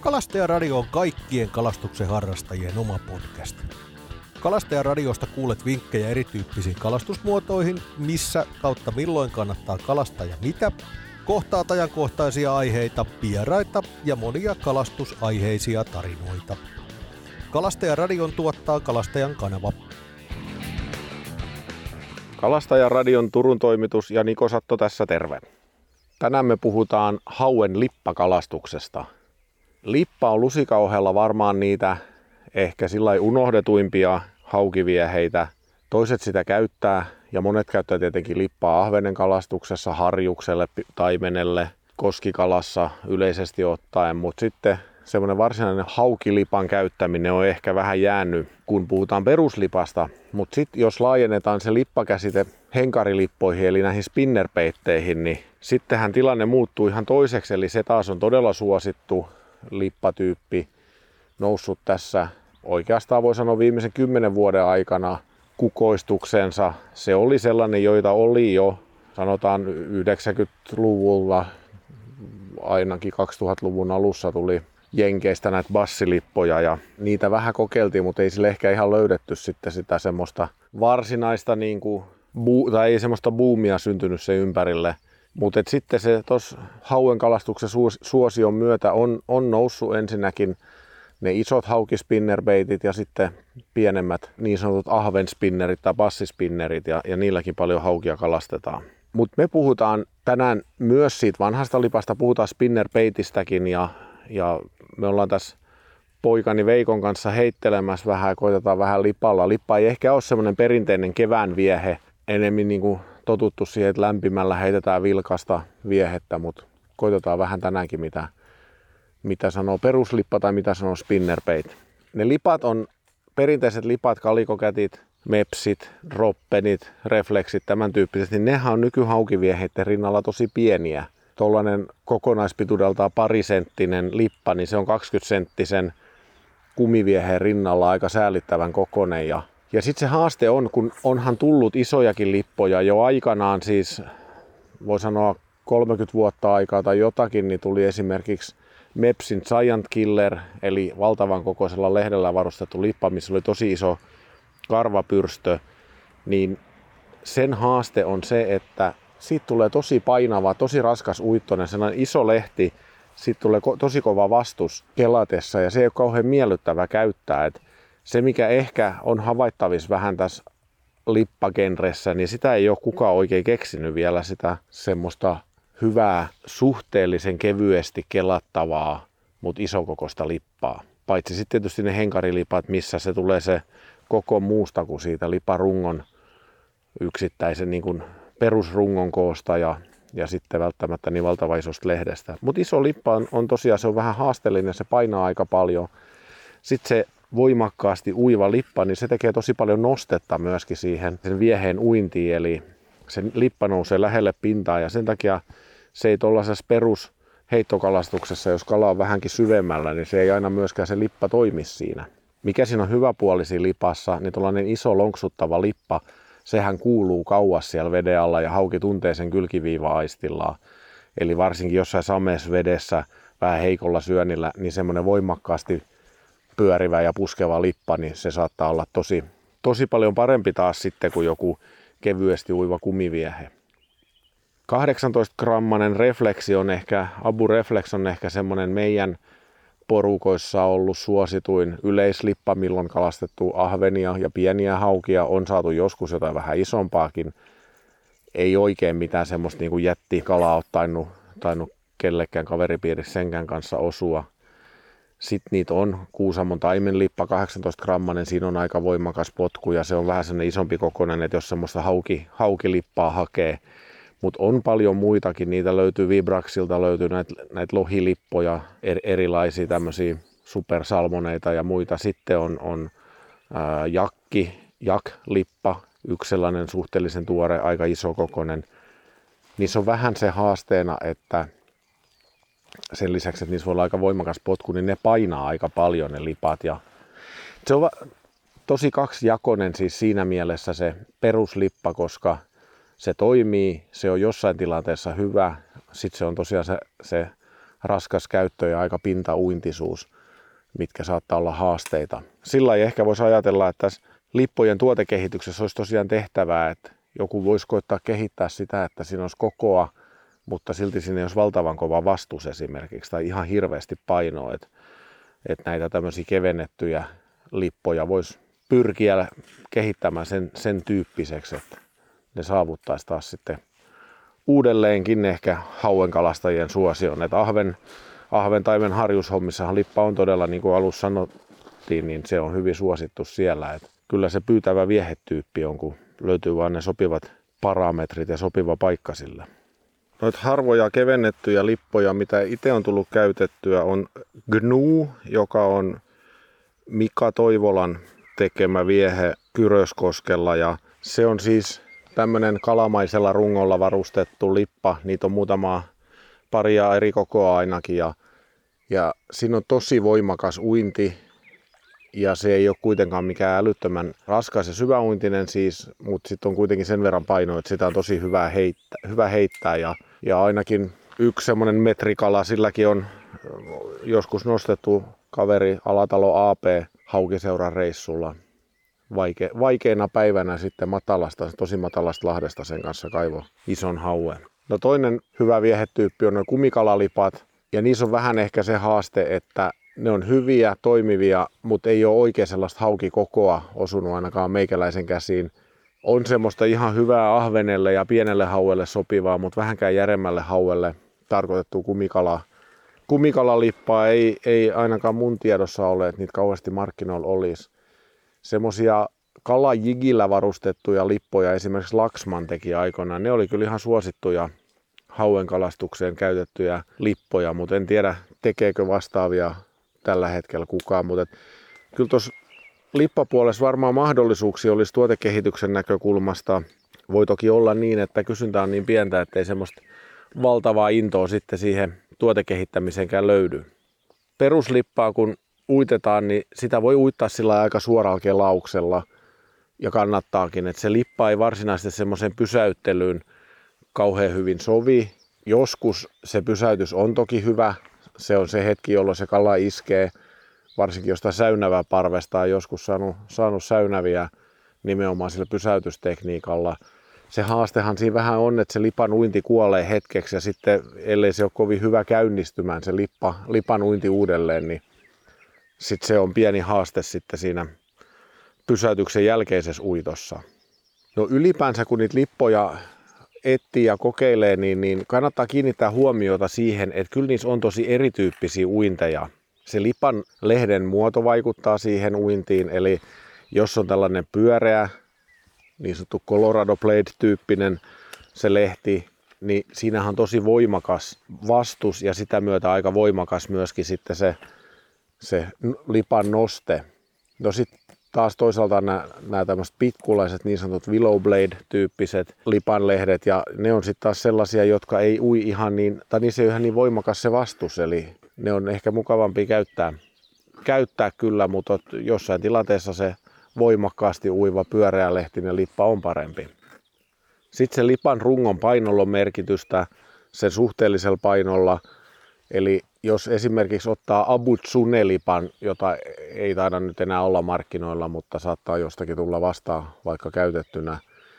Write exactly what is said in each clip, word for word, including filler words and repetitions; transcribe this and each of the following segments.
Kalastajaradio on kaikkien kalastuksen harrastajien oma podcast. Kalastajaradiosta kuulet vinkkejä erityyppisiin kalastusmuotoihin, missä kautta milloin kannattaa kalastaa ja mitä, kohtaat ajankohtaisia aiheita, vieraita ja monia kalastusaiheisia tarinoita. Kalastajaradion tuottaa Kalastajan kanava. Kalastajaradion Turun toimitus ja Niko Satto tässä terve. Tänään me puhutaan hauen lippakalastuksesta. Lippa on lusikan ohella varmaan niitä ehkä sillai unohdetuimpia haukivieheitä. Toiset sitä käyttää ja monet käyttää tietenkin lippaa ahvenen kalastuksessa, harjukselle, taimenelle, koskikalassa yleisesti ottaen, mutta sitten semmoinen varsinainen haukilipan käyttäminen on ehkä vähän jäänyt, kun puhutaan peruslipasta. Mutta sitten jos laajennetaan se lippakäsite henkarilippoihin eli näihin spinnerpeitteihin, niin sittenhän tilanne muuttuu ihan toiseksi. Eli se taas on todella suosittu lippatyyppi, noussut tässä oikeastaan voi sanoa viimeisen kymmenen vuoden aikana kukoistuksensa. Se oli sellainen, joita oli jo sanotaan yhdeksänkymmentäluvulla, ainakin kaksituhattaluvun alussa tuli Jenkeistä näitä bassilippoja ja niitä vähän kokeiltiin, mutta ei sille ehkä ihan löydetty sitten sitä semmoista varsinaista niin kuin, tai ei semmoista buumia syntynyt sen ympärille. Mutta sitten se tuossa hauen kalastuksen suosion myötä on, on noussut ensinnäkin ne isot haukispinnerbaitit ja sitten pienemmät niin sanotut ahvenspinnerit tai bassispinnerit ja, ja niilläkin paljon haukia kalastetaan. Mutta me puhutaan tänään myös siitä vanhasta lipasta, puhutaan spinnerbaitistäkin ja, ja me ollaan tässä poikani Veikon kanssa heittelemässä vähän ja koitetaan vähän lipalla. Lippa ei ehkä ole semmoinen perinteinen kevään viehe, enemmän niin kuin totuttu siihen, että lämpimällä heitetään vilkasta viehettä, mutta koitetaan vähän tänäänkin mitä, mitä sanoo peruslippa tai mitä sanoo spinnerbait. Ne lipat on perinteiset lipat, kalikokätit, mepsit, droppenit, refleksit, tämän tyyppiset, niin nehän on nykyhaukivieheiden rinnalla tosi pieniä. Tuollainen kokonaispituudeltaan parisenttinen lippa, niin se on kaksikymmentä senttisen kumivieheen rinnalla aika säälittävän kokoinen. Ja, ja sitten se haaste on, kun onhan tullut isojakin lippoja jo aikanaan, siis voi sanoa kolmekymmentä vuotta aikaa tai jotakin, niin tuli esimerkiksi Mepsin Giant Killer, eli valtavan kokoisella lehdellä varustettu lippa, missä oli tosi iso karvapyrstö, niin sen haaste on se, että siitä tulee tosi painava, tosi raskas uittoinen, sellainen iso lehti, siitä tulee ko- tosi kova vastus kelatessa ja se ei ole kauhean miellyttävä käyttää. Et se mikä ehkä on havaittavissa vähän tässä lippagenressä, niin sitä ei ole kukaan oikein keksinyt vielä sitä semmoista hyvää, suhteellisen kevyesti kelattavaa, mutta isokokoista lippaa. Paitsi sitten tietysti ne henkarilipat, missä se tulee se koko muusta kuin siitä liparungon yksittäisen niin kuin perusrungon koosta ja, ja sitten välttämättä niin valtava isosta lehdestä. Mutta iso lippa on, on tosiaan se on vähän haasteellinen, se painaa aika paljon. Sitten se voimakkaasti uiva lippa, niin se tekee tosi paljon nostetta myöskin siihen sen vieheen uintiin, eli sen lippa nousee lähelle pintaa ja sen takia se ei tuollaisessa perusheittokalastuksessa, jos kala on vähänkin syvemmällä, niin se ei aina myöskään se lippa toimi siinä. Mikä siinä on hyvä puoli siinä lipassa, niin tuollainen iso lonksuttava lippa, sehän kuuluu kauas siellä veden alla ja hauki tuntee sen kylkiviiva-aistillaan. Eli varsinkin jossain sameessa vedessä vähän heikolla syönnillä, niin semmoinen voimakkaasti pyörivä ja puskeva lippa, niin se saattaa olla tosi, tosi paljon parempi taas sitten kuin joku kevyesti uiva kumiviehe. kahdeksantoista grammanen refleksi on ehkä, Abu Reflex on ehkä semmoinen meidän porukoissa ollut suosituin yleislippa, milloin kalastettu ahvenia ja pieniä haukia, on saatu joskus jotain vähän isompaakin. Ei oikein mitään semmoista niin kuin jättikalaa ole tainnut, tainnut kellekään kaveripiirissä senkään kanssa osua. Sitten niitä on Kuusamon taimenlippa, kahdeksantoista grammanen, siinä on aika voimakas potku ja se on vähän sellainen isompi kokoinen, että jos semmoista hauki, haukilippaa hakee. Mutta on paljon muitakin, niitä löytyy Vibraxilta, löytyy näitä näit lohilippoja, er, erilaisia tämmöisiä supersalmoneita ja muita. Sitten on, on ää, jakki, jak-lippa, yksi sellainen suhteellisen tuore, aika isokokoinen. Niissä on vähän se haasteena, että sen lisäksi, että niissä voi olla aika voimakas potku, niin ne painaa aika paljon ne lipat. Ja se on va- tosi kaksijakoinen siis siinä mielessä se peruslippa, koska se toimii, se on jossain tilanteessa hyvä, sitten se on tosiaan se, se raskas käyttö ja aika pintauintisuus, mitkä saattaa olla haasteita. Sillä lailla ehkä voisi ajatella, että tässä lippojen tuotekehityksessä olisi tosiaan tehtävää, että joku voisi koittaa kehittää sitä, että siinä olisi kokoa, mutta silti siinä ei olisi valtavan kova vastus esimerkiksi tai ihan hirveästi painoa, että, että näitä tämmöisiä kevennettyjä lippoja voisi pyrkiä kehittämään sen, sen tyyppiseksi, että ne saavuttaisi taas sitten uudelleenkin ehkä hauenkalastajien suosion. Että ahven, ahventaimen harjushommissahan lippa on todella, niin kuin alussa sanottiin, niin se on hyvin suosittu siellä. Että kyllä se pyytävä viehetyyppi on, kun löytyy vaan ne sopivat parametrit ja sopiva paikka sillä. Noita harvoja kevennettyjä lippoja, mitä itse on tullut käytettyä, on Gnu, joka on Mika Toivolan tekemä viehe Kyröskoskella. Ja se on siis tämmöinen kalamaisella rungolla varustettu lippa. Niitä on muutama paria eri kokoa ainakin. Ja, ja siinä on tosi voimakas uinti. Ja se ei ole kuitenkaan mikään älyttömän raskas ja syväuintinen siis, mutta sitten on kuitenkin sen verran painoa, että sitä on tosi hyvä heittää. Hyvä heittää ja, ja ainakin yksi semmoinen metrikala, silläkin on joskus nostettu kaveri Alatalo A P Haukiseuran reissulla. Vaike, vaikeina päivänä sitten matalasta, tosi matalasta lahdesta sen kanssa kaivo ison hauen. No toinen hyvä viehetyyppi on nuo kumikalallipat ja niissä on vähän ehkä se haaste, että ne on hyviä, toimivia, mutta ei ole oikein sellaista haukikokoa osunut ainakaan meikäläisen käsiin. On semmoista ihan hyvää ahvenelle ja pienelle hauelle sopivaa, mutta vähänkään järemmälle hauelle tarkoitettu kumikala. Kumikalalippaa ei, ei ainakaan mun tiedossa ole, että niitä kauheasti markkinoilla olisi. Semmoisia kalajigillä varustettuja lippoja esimerkiksi Laxman teki aikoinaan. Ne oli kyllä ihan suosittuja hauen kalastukseen käytettyjä lippoja, mutta en tiedä tekeekö vastaavia tällä hetkellä kukaan. Mutta kyllä tuossa lippapuolessa varmaan mahdollisuuksia olisi tuotekehityksen näkökulmasta. Voi toki olla niin, että kysyntä on niin pientä, että ei semmoista valtavaa intoa sitten siihen tuotekehittämiseenkään löydy. Peruslippaa kun uitetaan, niin sitä voi uittaa sillä aika suoralla kelauksella ja kannattaakin, että se lippa ei varsinaisesti semmoisen pysäyttelyyn kauhean hyvin sovi. Joskus se pysäytys on toki hyvä, se on se hetki, jolloin se kala iskee, varsinkin jostain säynävää parvesta on joskus saanut, saanut säynäviä nimenomaan sillä pysäytystekniikalla. Se haastehan siinä vähän on, että se lipan uinti kuolee hetkeksi ja sitten ellei se ole kovin hyvä käynnistymään se lippa, lipan uinti uudelleen, niin sitten se on pieni haaste sitten siinä pysäytyksen jälkeisessä uitossa. No ylipäänsä kun niitä lippoja etsii ja kokeilee, niin, niin kannattaa kiinnittää huomiota siihen, että kyllä niissä on tosi erityyppisiä uinteja. Se lipan lehden muoto vaikuttaa siihen uintiin, eli jos on tällainen pyöreä, niin sanottu Colorado Blade-tyyppinen se lehti, niin siinähän on tosi voimakas vastus ja sitä myötä aika voimakas myöskin sitten se, se lipan noste. No sitten taas toisaalta nämä, nämä tämmöiset pitkulaiset niin sanotut Willow Blade-tyyppiset lipanlehdet ja ne on sitten taas sellaisia, jotka ei ui ihan niin, tai niissä ei ole ihan niin voimakas se vastus, eli ne on ehkä mukavampi käyttää, käyttää kyllä, mutta jossain tilanteessa se voimakkaasti uiva pyöreälehtinen lippa on parempi. Sitten se lipan rungon painolla on merkitystä sen suhteellisella painolla. Eli jos esimerkiksi ottaa Abutsune-lipan, jota ei taida nyt enää olla markkinoilla, mutta saattaa jostakin tulla vastaan vaikka käytettynä.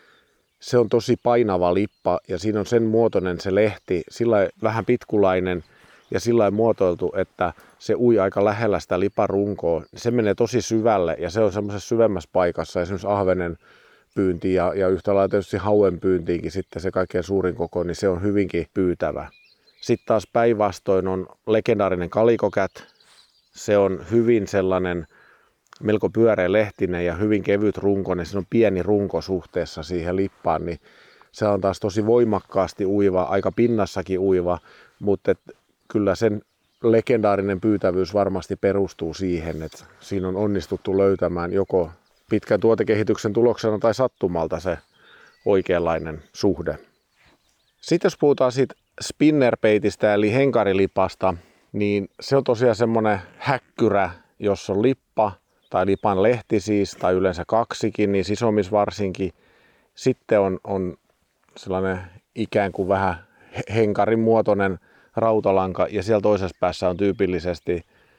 Se on tosi painava lippa ja siinä on sen muotoinen se lehti, sillä vähän pitkulainen ja sillä muotoiltu, että se ui aika lähellä sitä lipan runkoa. Se menee tosi syvälle ja se on semmoisessa syvemmässä paikassa, esimerkiksi ahvenen pyynti ja, ja yhtä lailla tietysti hauen pyyntiinkin sitten se kaikkein suurin koko, niin se on hyvinkin pyytävä. Sitten taas päinvastoin on legendaarinen Calico-Cat. Se on hyvin sellainen melko pyöreä lehtinen ja hyvin kevyt runkoinen. Se on pieni runko suhteessa siihen lippaan, niin se on taas tosi voimakkaasti uiva, aika pinnassakin uiva, mutta et kyllä sen legendaarinen pyytävyys varmasti perustuu siihen, että siinä on onnistuttu löytämään joko pitkän tuotekehityksen tuloksena tai sattumalta se oikeanlainen suhde. Sitten jos puhutaan siitä spinnerbaitistä eli henkarilipasta, niin se on tosiaan semmoinen häkkyrä, jossa on lippa tai lipan lehti siis, tai yleensä kaksikin, niin isommissa varsinkin. Sitten on, on sellainen ikään kuin vähän henkarin muotoinen rautalanka ja siellä toisessa päässä on tyypillisesti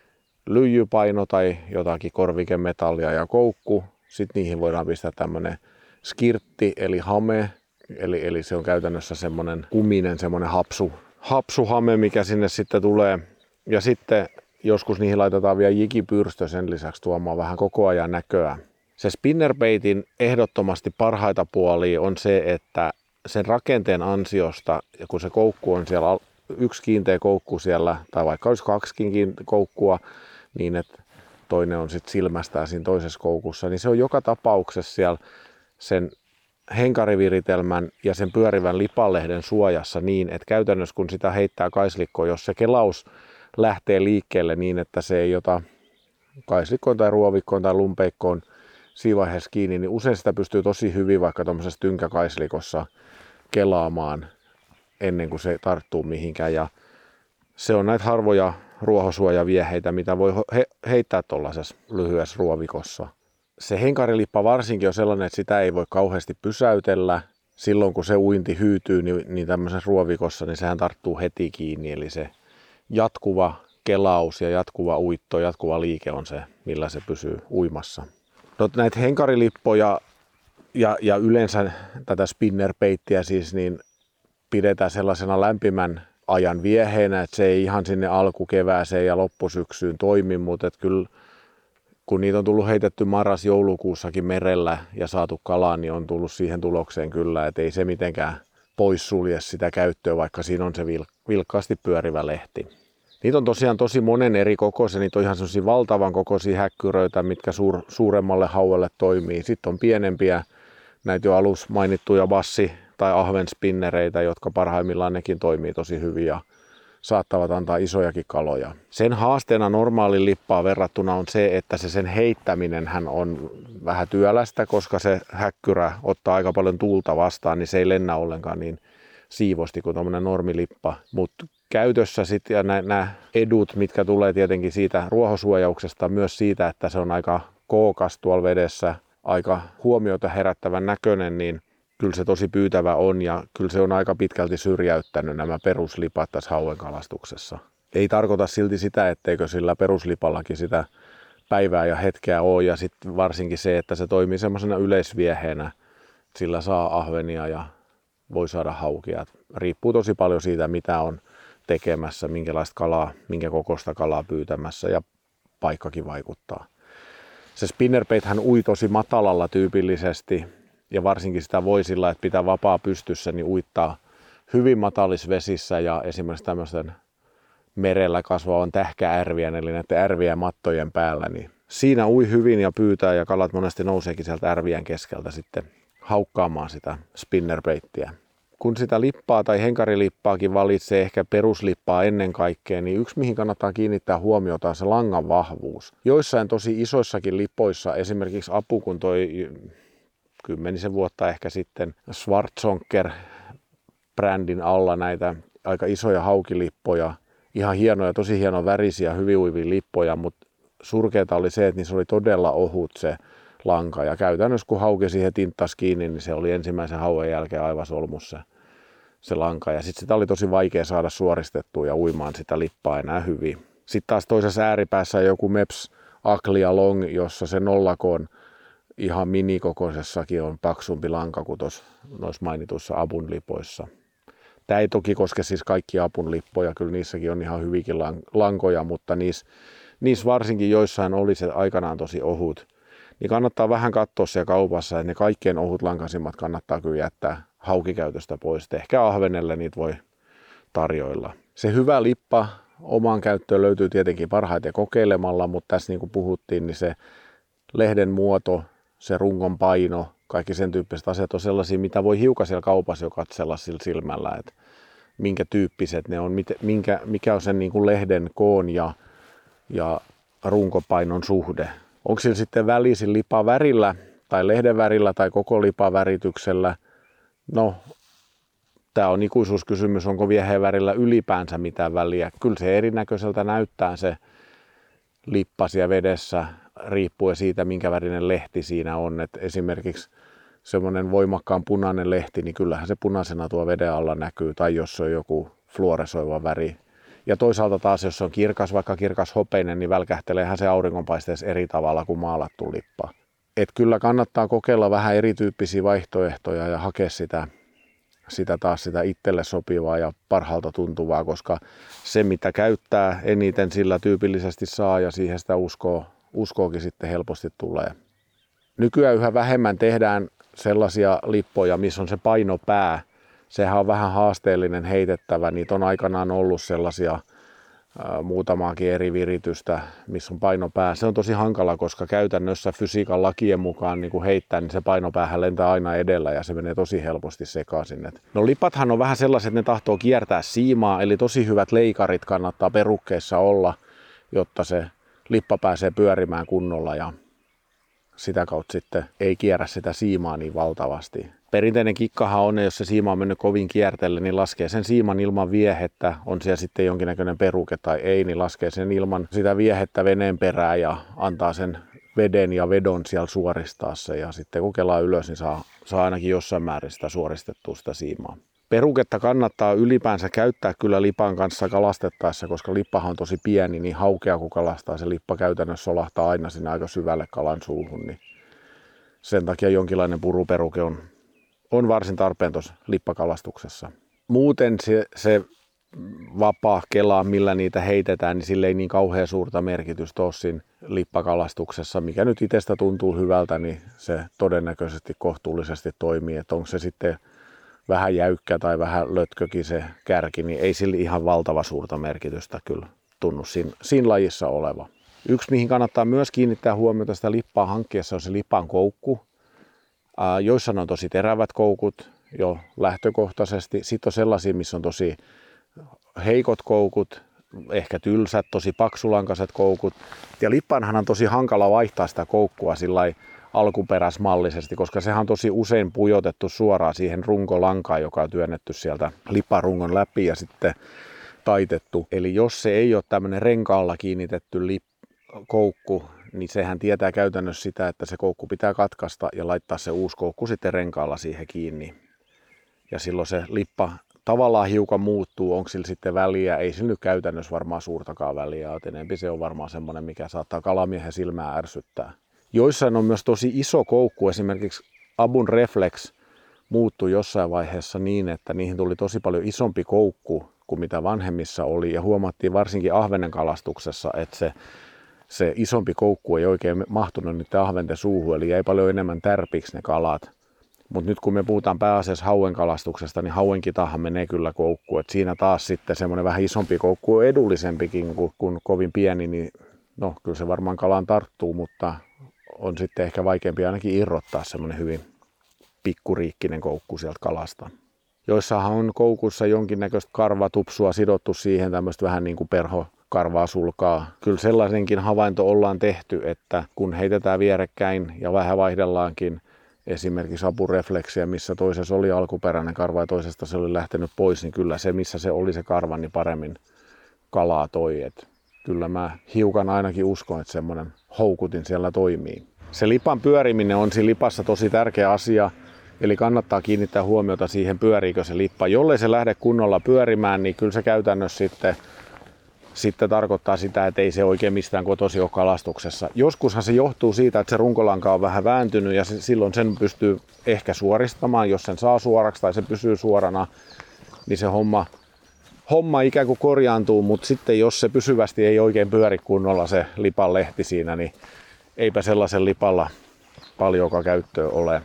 lyijypaino tai jotakin korvikemetallia ja koukku. Sitten niihin voidaan pistää tämmöinen skirtti eli hame, eli, eli se on käytännössä semmoinen kuminen, semmoinen hapsu, hapsuhame, mikä sinne sitten tulee. Ja sitten joskus niihin laitetaan vielä jikipyrstö sen lisäksi tuomaan vähän koko ajan näköä. Se spinnerbaitin ehdottomasti parhaita puolia on se, että sen rakenteen ansiosta, ja kun se koukku on siellä, yksi kiinteä koukku siellä, tai vaikka olisi kaksikin koukkua, niin että toinen on sitten silmästään siinä toisessa koukussa, niin se on joka tapauksessa siellä sen henkariviritelmän ja sen pyörivän lipalehden suojassa niin, että käytännössä kun sitä heittää kaislikkoon, jos se kelaus lähtee liikkeelle niin, että se ei ota kaislikkoon tai ruovikkoon tai lumpeikkoon siinä vaiheessa kiinni, niin usein sitä pystyy tosi hyvin vaikka tuollaisessa tynkäkaislikossa kelaamaan ennen kuin se tarttuu mihinkään. Ja se on näitä harvoja ruohosuojavieheitä, mitä voi he- heittää tuollaisessa lyhyessä ruovikossa. Se henkarilippa varsinkin on sellainen, että sitä ei voi kauheasti pysäytellä. Silloin kun se uinti hyytyy, niin, niin tämmöisessä ruovikossa, niin sehän tarttuu heti kiinni. Eli se jatkuva kelaus ja jatkuva uitto, jatkuva liike on se, millä se pysyy uimassa. No, näitä henkarilippoja ja, ja yleensä tätä spinnerbaittiä siis niin pidetään sellaisena lämpimän ajan vieheenä, että se ei ihan sinne alkukevääseen ja loppusyksyyn toimi, mutta että kyllä kun niitä on tullut heitetty marras-joulukuussakin merellä ja saatu kalaa, niin on tullut siihen tulokseen kyllä, että ei se mitenkään poissulje sitä käyttöä, vaikka siinä on se vil- vilkkaasti pyörivä lehti. Niitä on tosiaan tosi monen eri kokoisia, niitä on ihan sellaisia valtavan kokoisia häkkyröitä, mitkä suur- suuremmalle hauelle toimii. Sitten on pienempiä, näitä jo alus mainittuja bassi- tai ahvenspinnereitä, jotka parhaimmillaan nekin toimii tosi hyvin ja saattavat antaa isojakin kaloja. Sen haasteena normaalin lippaan verrattuna on se, että se sen heittäminen hän on vähän työlästä, koska se häkkyrä ottaa aika paljon tuulta vastaan, niin se ei lennä ollenkaan niin siivosti kuin tuommoinen normilippa. Mutta käytössä sitten ja nämä edut, mitkä tulee tietenkin siitä ruohosuojauksesta, myös siitä, että se on aika kookas tuolla vedessä, aika huomiota herättävän näköinen, niin kyllä se tosi pyytävä on ja kyllä se on aika pitkälti syrjäyttänyt nämä peruslipat tässä hauen kalastuksessa. Ei tarkoita silti sitä, etteikö sillä peruslipallakin sitä päivää ja hetkeä ole ja sitten varsinkin se, että se toimii semmoisena yleisvieheenä, sillä saa ahvenia ja voi saada haukia. Riippuu tosi paljon siitä, mitä on tekemässä, minkälaista kalaa, minkä kokoista kalaa pyytämässä ja paikkakin vaikuttaa. Se spinnerbaithän ui tosi matalalla tyypillisesti ja varsinkin sitä voi sillä, että pitää vapaa pystyssä, niin uittaa hyvin matalissa vesissä ja esimerkiksi tämmöisen merellä kasvavan tähkäärvien, eli näiden ärvien mattojen päällä, niin siinä ui hyvin ja pyytää ja kalat monesti nouseekin sieltä ärvien keskeltä sitten haukkaamaan sitä spinnerbaittiä. Kun sitä lippaa tai henkarilippaakin valitsee ehkä peruslippaa ennen kaikkea, niin yksi mihin kannattaa kiinnittää huomiota on se langan vahvuus. Joissain tosi isoissakin lipoissa, esimerkiksi Apu, kun toi kymmenisen vuotta ehkä sitten Schwarzonker-brändin alla näitä aika isoja haukilippoja, ihan hienoja, tosi hieno värisiä, hyvin uivia lippoja, mutta surkeata oli se, että niissä oli todella ohut se lanka ja käytännössä kun hauki siihen tinttas kiinni, niin se oli ensimmäisen hauen jälkeen aivan solmussa se, se lanka ja sitten sitä oli tosi vaikea saada suoristettua ja uimaan sitä lippaa enää hyvin. Sitten taas toisessa ääripäässä joku Meps Aglia Long, jossa se nollakoon ihan minikokoisessakin on paksumpi lanka kuin tuossa noissa mainituissa Apun lipoissa. Tämä ei toki koske siis kaikkia Apun lippoja, kyllä niissäkin on ihan hyvikin lankoja, mutta niissä, niissä varsinkin joissain oli se aikanaan tosi ohut. Niin kannattaa vähän katsoa siellä kaupassa, että ne kaikkein ohut lankasimmat kannattaa kyllä jättää haukikäytöstä pois. Ehkä ahvenelle niitä voi tarjoilla. Se hyvä lippa omaan käyttöön löytyy tietenkin parhaiten kokeilemalla, mutta tässä niin kuin puhuttiin, niin se lehden muoto, se rungon paino, kaikki sen tyyppiset asiat on sellaisia, mitä voi hiukan siellä kaupassa jo katsella sillä silmällä, että minkä tyyppiset ne on, minkä, mikä on sen niin kuin lehden koon ja, ja runkopainon suhde. Onko sillä sitten välisin lipa värillä tai lehden värillä tai koko lipa värityksellä? No, tämä on ikuisuuskysymys, onko vieheen värillä ylipäänsä mitään väliä. Kyllä se erinäköiseltä näyttää se lippa siellä vedessä, riippuen siitä, minkä värinen lehti siinä on. Et esimerkiksi semmoinen voimakkaan punainen lehti, niin kyllähän se punaisena tuo veden alla näkyy. Tai jos se on joku fluoresoiva väri, Ja toisaalta taas, jos se on kirkas, vaikka kirkas hopeinen, niin välkähteleehän se auringonpaisteessa eri tavalla kuin maalattu lippa. Et kyllä kannattaa kokeilla vähän erityyppisiä vaihtoehtoja ja hakea sitä, sitä taas sitä itselle sopivaa ja parhaalta tuntuvaa, koska se mitä käyttää eniten sillä tyypillisesti saa ja siihen sitä uskoo, uskookin sitten helposti tulee. Nykyään yhä vähemmän tehdään sellaisia lippoja, missä on se painopää. Sehän on vähän haasteellinen heitettävä. Niitä on aikanaan ollut sellaisia ää, muutamaakin eri viritystä, missä on painopää. Se on tosi hankala, koska käytännössä fysiikan lakien mukaan niin kun heittää, niin se painopäähän lentää aina edellä ja se menee tosi helposti sekaisin. No lipathan on vähän sellaiset, että ne tahtoo kiertää siimaa, eli tosi hyvät leikarit kannattaa perukkeissa olla, jotta se lippa pääsee pyörimään kunnolla ja sitä kautta sitten ei kierrä sitä siimaa niin valtavasti. Perinteinen kikkahan on, jos se siima on mennyt kovin kiertelle, niin laskee sen siiman ilman viehettä. On siellä sitten jonkinnäköinen peruke tai ei, niin laskee sen ilman sitä viehettä veneen perään ja antaa sen veden ja vedon siellä suoristaa se. Ja sitten kun kelaa ylös, niin saa, saa ainakin jossain määrin sitä suoristettua sitä siimaa. Peruketta kannattaa ylipäänsä käyttää kyllä lipan kanssa kalastettaessa, koska lippahan on tosi pieni, niin haukea kun kalastaa, se lippa käytännössä solahtaa aina sinne aika syvälle kalan suuhun. Niin sen takia jonkinlainen puruperuke on, on varsin tarpeen tuossa lippakalastuksessa. Muuten se, se vapaa kela, millä niitä heitetään, niin sille ei niin kauhean suurta merkitystä ole siinä lippakalastuksessa. Mikä nyt itsestä tuntuu hyvältä, niin se todennäköisesti kohtuullisesti toimii. Että onko se sitten vähän jäykkä tai vähän lötkökin se kärki, niin ei sillä ihan valtava suurta merkitystä kyllä tunnu siinä, siinä lajissa oleva. Yksi, mihin kannattaa myös kiinnittää huomiota sitä lippaa hankkiessa, on se lipan koukku. Ää, joissain on tosi terävät koukut jo lähtökohtaisesti. Sitten on sellaisia, missä on tosi heikot koukut, ehkä tylsät, tosi paksulankaiset koukut. Ja lippaanhan on tosi hankala vaihtaa sitä koukkua sillai alkuperäismallisesti, koska sehän on tosi usein pujotettu suoraan siihen runkolankaan, joka on työnnetty sieltä lipparungon läpi ja sitten taitettu. Eli jos se ei ole tämmöinen renkaalla kiinnitetty lip- koukku, niin sehän tietää käytännössä sitä, että se koukku pitää katkaista ja laittaa se uusi koukku sitten renkaalla siihen kiinni. Ja silloin se lippa tavallaan hiukan muuttuu, onko sillä sitten väliä, ei sillä nyt käytännössä varmaan suurtakaan väliä, että enempi se on varmaan semmoinen, mikä saattaa kalamiehen silmää ärsyttää. Joissain on myös tosi iso koukku, esimerkiksi Abun Reflex muuttui jossain vaiheessa niin, että niihin tuli tosi paljon isompi koukku kuin mitä vanhemmissa oli. Ja huomattiin varsinkin ahvenen kalastuksessa, että se, se isompi koukku ei oikein mahtunut niiden ahventen suuhun, eli jäi paljon enemmän tärpiksi ne kalat. Mutta nyt kun me puhutaan pääasiassa hauen kalastuksesta, niin hauen kitahan menee kyllä koukku. Et siinä taas sitten semmoinen vähän isompi koukku on edullisempikin kuin, kuin kovin pieni, niin no kyllä se varmaan kalaan tarttuu, mutta on sitten ehkä vaikeampi ainakin irrottaa semmoinen hyvin pikkuriikkinen koukku sieltä kalasta. Joissahan on koukussa jonkinnäköistä karvatupsua sidottu siihen, tämmöistä vähän niin kuin perhokarvaa sulkaa. Kyllä sellaisenkin havainto ollaan tehty, että kun heitetään vierekkäin ja vähän vaihdellaankin esimerkiksi apurefleksiä, missä toisessa oli alkuperäinen karva ja toisesta se oli lähtenyt pois, niin kyllä se, missä se oli se karva, niin paremmin kalaa toi. Et kyllä mä hiukan ainakin uskon, että semmoinen houkutin siellä toimii. Se lipan pyöriminen on siinä lipassa tosi tärkeä asia, eli kannattaa kiinnittää huomiota siihen, pyöriikö se lippa. Jollei se lähde kunnolla pyörimään, niin kyllä se käytännössä sitten, sitten tarkoittaa sitä, että ei se oikein mistään kotosi ole kalastuksessa. Joskushan se johtuu siitä, että se runkolanka on vähän vääntynyt ja se, silloin sen pystyy ehkä suoristamaan, jos sen saa suoraksi tai se pysyy suorana, niin se homma Homma ikään kuin korjaantuu, mutta sitten jos se pysyvästi ei oikein pyöri kunnolla se lipan lehti siinä, niin eipä sellaisen lipalla paljonkaan käyttöä ole.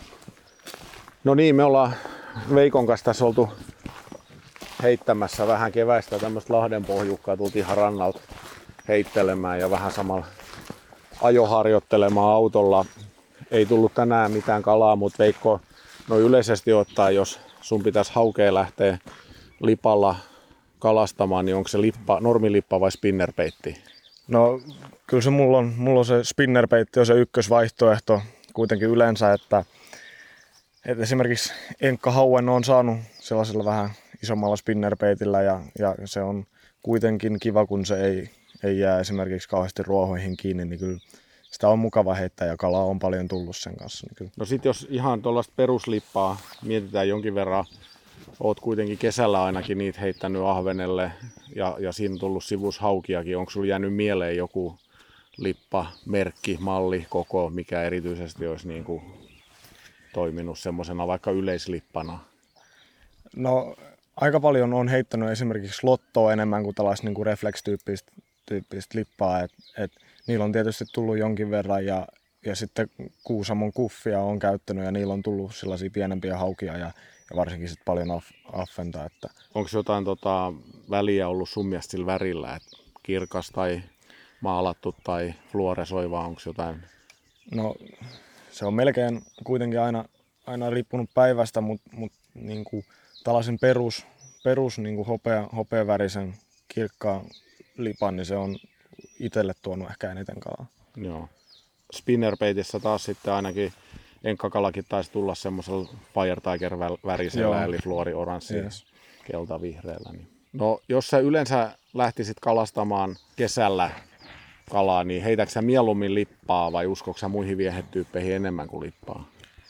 No niin, me ollaan Veikon kanssa tässä oltu heittämässä vähän keväistä tämmöistä lahdenpohjukkaa, tultiin ihan rannalta heittelemään ja vähän samalla ajoharjoittelemaan autolla. Ei tullut tänään mitään kalaa, mutta Veikko, no yleisesti ottaen, jos sun pitäisi haukea lähteä lipalla kalastamaan, niin onko se lippa, normilippa vai spinnerbaitti? No kyllä se mulla on, mulla on se spinnerbaitti on se ykkösvaihtoehto kuitenkin yleensä, että, että esimerkiksi enkkahauen on saanut sellaisella vähän isommalla spinnerbaitillä ja, ja se on kuitenkin kiva, kun se ei, ei jää esimerkiksi kauheasti ruohoihin kiinni, niin kyllä sitä on mukava heittää ja kalaa on paljon tullut sen kanssa. Niin kyllä. No sit jos ihan tuollaista peruslippaa mietitään jonkin verran Oot kuitenkin kesällä ainakin niitä heittänyt ahvenelle ja, ja siinä on tullut sivushaukiakin. Onko sulla jäänyt mieleen joku lippa, merkki, malli, koko, mikä erityisesti olisi niin kuin toiminut semmoisena vaikka yleislippana? No aika paljon on heittänyt esimerkiksi lottoa enemmän kuin tällaista niin kuin reflex-tyyppistä tyyppistä lippaa. Et, et niillä on tietysti tullut jonkin verran ja, ja sitten Kuusamon kuffia on käyttänyt ja niillä on tullut sellaisia pienempiä haukia ja, ja varsinkin sit paljon aff, affenta. Että... Onko jotain tota, väliä ollut sun mielestä sillä värillä, että kirkas tai maalattu tai fluoresoiva, onko jotain? No se on melkein kuitenkin aina, aina riippunut päivästä, mutta mut, niinku, tällaisen perus, perus niinku hopea, hopeavärisen kirkkaan lipan, niin se on itselle tuonut ehkä eniten kalaa. Joo. Spinnerbaitissä taas sitten ainakin enkkakalakin taisi tulla semmoisella Fire Tiger värisellä, Joo. eli fluori-oranssi, yes. keltavihreällä. Niin. No jos sä yleensä lähtisit kalastamaan kesällä kalaa, niin heitätkö sä mieluummin lippaa vai uskoksä sä muihin viehetyyppeihin enemmän kuin lippaa?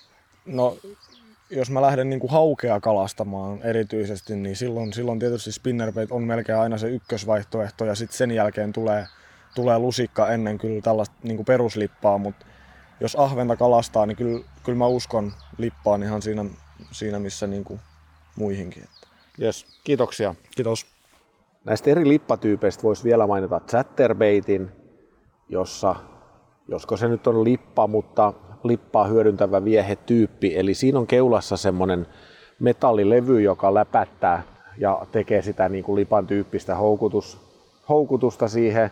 No jos mä lähden niin kuin haukea kalastamaan erityisesti, niin silloin, silloin tietysti spinnerbait on melkein aina se ykkösvaihtoehto ja sitten sen jälkeen tulee, tulee lusikka ennen kyllä tällaista niin kuin peruslippaa, mutta jos ahventa kalastaa, niin kyllä, kyllä mä uskon lippaan ihan siinä, siinä missä niin kuin muihinkin. Jes, kiitoksia. Kiitos. Näistä eri lippatyypeistä voisi vielä mainita chatterbaitin, jossa, josko se nyt on lippa, mutta lippaa hyödyntävä viehetyyppi. Eli siinä on keulassa semmoinen metallilevy, joka läpättää ja tekee sitä niin kuin lipan tyyppistä houkutus, houkutusta siihen.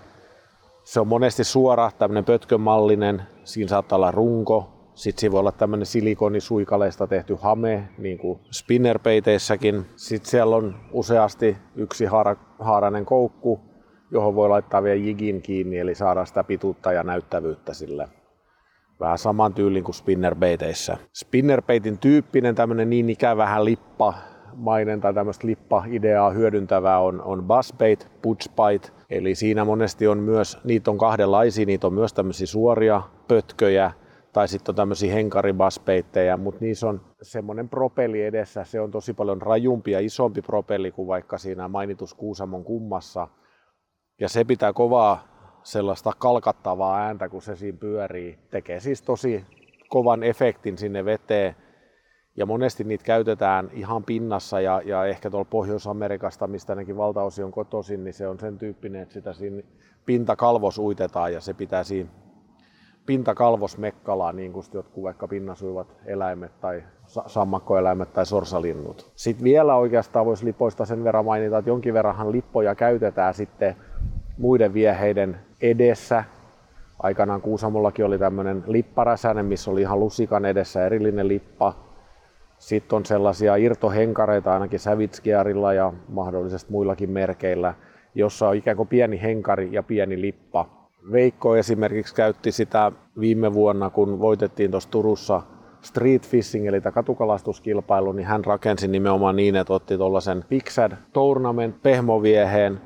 Se on monesti suora, tämmöinen pötkönmallinen, siinä saattaa olla runko. Sitten siinä voi olla tämmöinen silikonisuikaleista tehty hame, niin kuin spinnerbaiteissäkin. Sitten siellä on useasti yksi haara, haarainen koukku, johon voi laittaa vielä jigin kiinni, eli saada sitä pituutta ja näyttävyyttä sille. Vähän saman tyylin kuin spinnerbaiteissä. Spinnerbaitin tyyppinen tämmöinen niin ikään vähän lippamainen tai tämmöistä lippa-ideaa hyödyntävää on, on buzzbait, putsbait. Eli siinä monesti on myös, niitä on kahdenlaisia, niitä on myös tämmöisiä suoria pötköjä tai sitten on tämmöisiä henkaribuzzbaitteja, mutta niissä on semmoinen propelli edessä. Se on tosi paljon rajumpi ja isompi propelli kuin vaikka siinä mainitus Kuusamon kummassa. Ja se pitää kovaa sellaista kalkattavaa ääntä, kun se siinä pyörii. Tekee siis tosi kovan efektin sinne veteen. Ja monesti niitä käytetään ihan pinnassa ja, ja ehkä tuolla Pohjois-Amerikasta, mistä ainakin valtaosin on kotoisin, niin se on sen tyyppinen, että sitä siinä pintakalvos uitetaan ja se pitää siinä pintakalvos mekkalaa, niin kuin jotkut vaikka pinnasuivat eläimet tai sammakkoeläimet tai sorsalinnut. Sitten vielä oikeastaan voisi lipoista sen verran mainita, että jonkin verranhan lippoja käytetään sitten muiden vieheiden edessä. Aikanaan Kuusamollakin oli tämmöinen lipparäsänen, missä oli ihan lusikan edessä erillinen lippa. Sitten on sellaisia irtohenkareita ainakin Savage-Gearilla ja mahdollisesti muillakin merkeillä, jossa on ikään kuin pieni henkari ja pieni lippa. Veikko esimerkiksi käytti sitä viime vuonna, kun voitettiin tuossa Turussa street fishing, eli katukalastuskilpailu, niin hän rakensi nimenomaan niin, että otti tuollaisen Pixad Tournament pehmovieheen,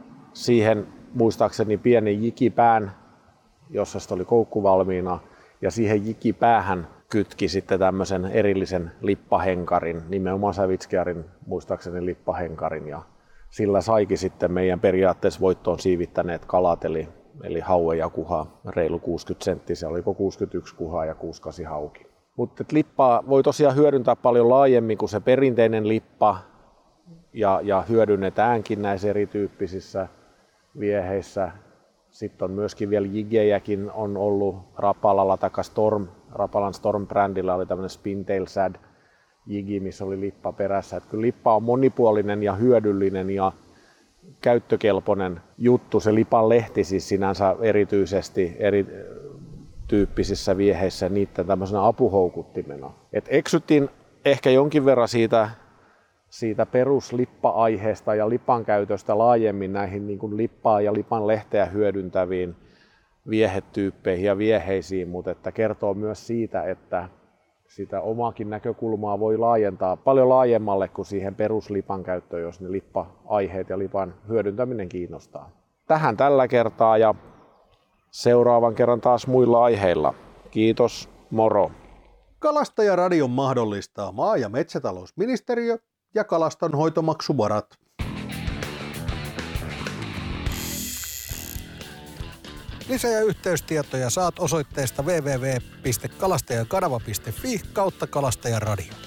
siihen muistaakseni pienen jikipään, jossa sitä oli koukku valmiina, ja siihen jikipäähän kytki sitten tämmöisen erillisen lippahenkarin, nimenomaan Savage-Gearin muistaakseni lippahenkarin, ja sillä saikin sitten meidän periaatteessa voittoon siivittäneet kalat, eli, eli haue ja kuha, reilu kuusikymmentä senttisiä, oliko kuusikymmentäyksi kuhaa ja kuusikymmentäkahdeksan hauki. Mutta lippaa voi tosiaan hyödyntää paljon laajemmin kuin se perinteinen lippa, ja, ja hyödynnetäänkin näissä erityyppisissä vieheissä. Sitten on myöskin vielä jigejäkin on ollut Rapalalla tai Storm, Rapalan Storm-brändillä oli tämmöinen Spintail Sad jigi, missä oli lippa perässä. Että kyllä lippa on monipuolinen ja hyödyllinen ja käyttökelpoinen juttu. Se lipan lehti siis sinänsä erityisesti eri tyyppisissä vieheissä niiden tämmöisenä apuhoukuttimena. Et eksyttiin ehkä jonkin verran siitä siitä peruslippa-aiheesta ja lipan käytöstä laajemmin näihin niin kuin lippaa ja lipan lehteä hyödyntäviin viehetyyppeihin ja vieheisiin, mutta että kertoo myös siitä, että sitä omaakin näkökulmaa voi laajentaa paljon laajemmalle kuin siihen peruslipan käyttöön, jos ne lippa-aiheet ja lipan hyödyntäminen kiinnostaa. Tähän tällä kertaa ja seuraavan kerran taas muilla aiheilla. Kiitos, moro! Kalastajaradion mahdollistaa maa- ja metsätalousministeriö ja kalastonhoitomaksuvarat. Lisä- ja yhteystietoja saat osoitteesta double-u double-u double-u piste kalastajakanava piste fi kautta kalastajaradio.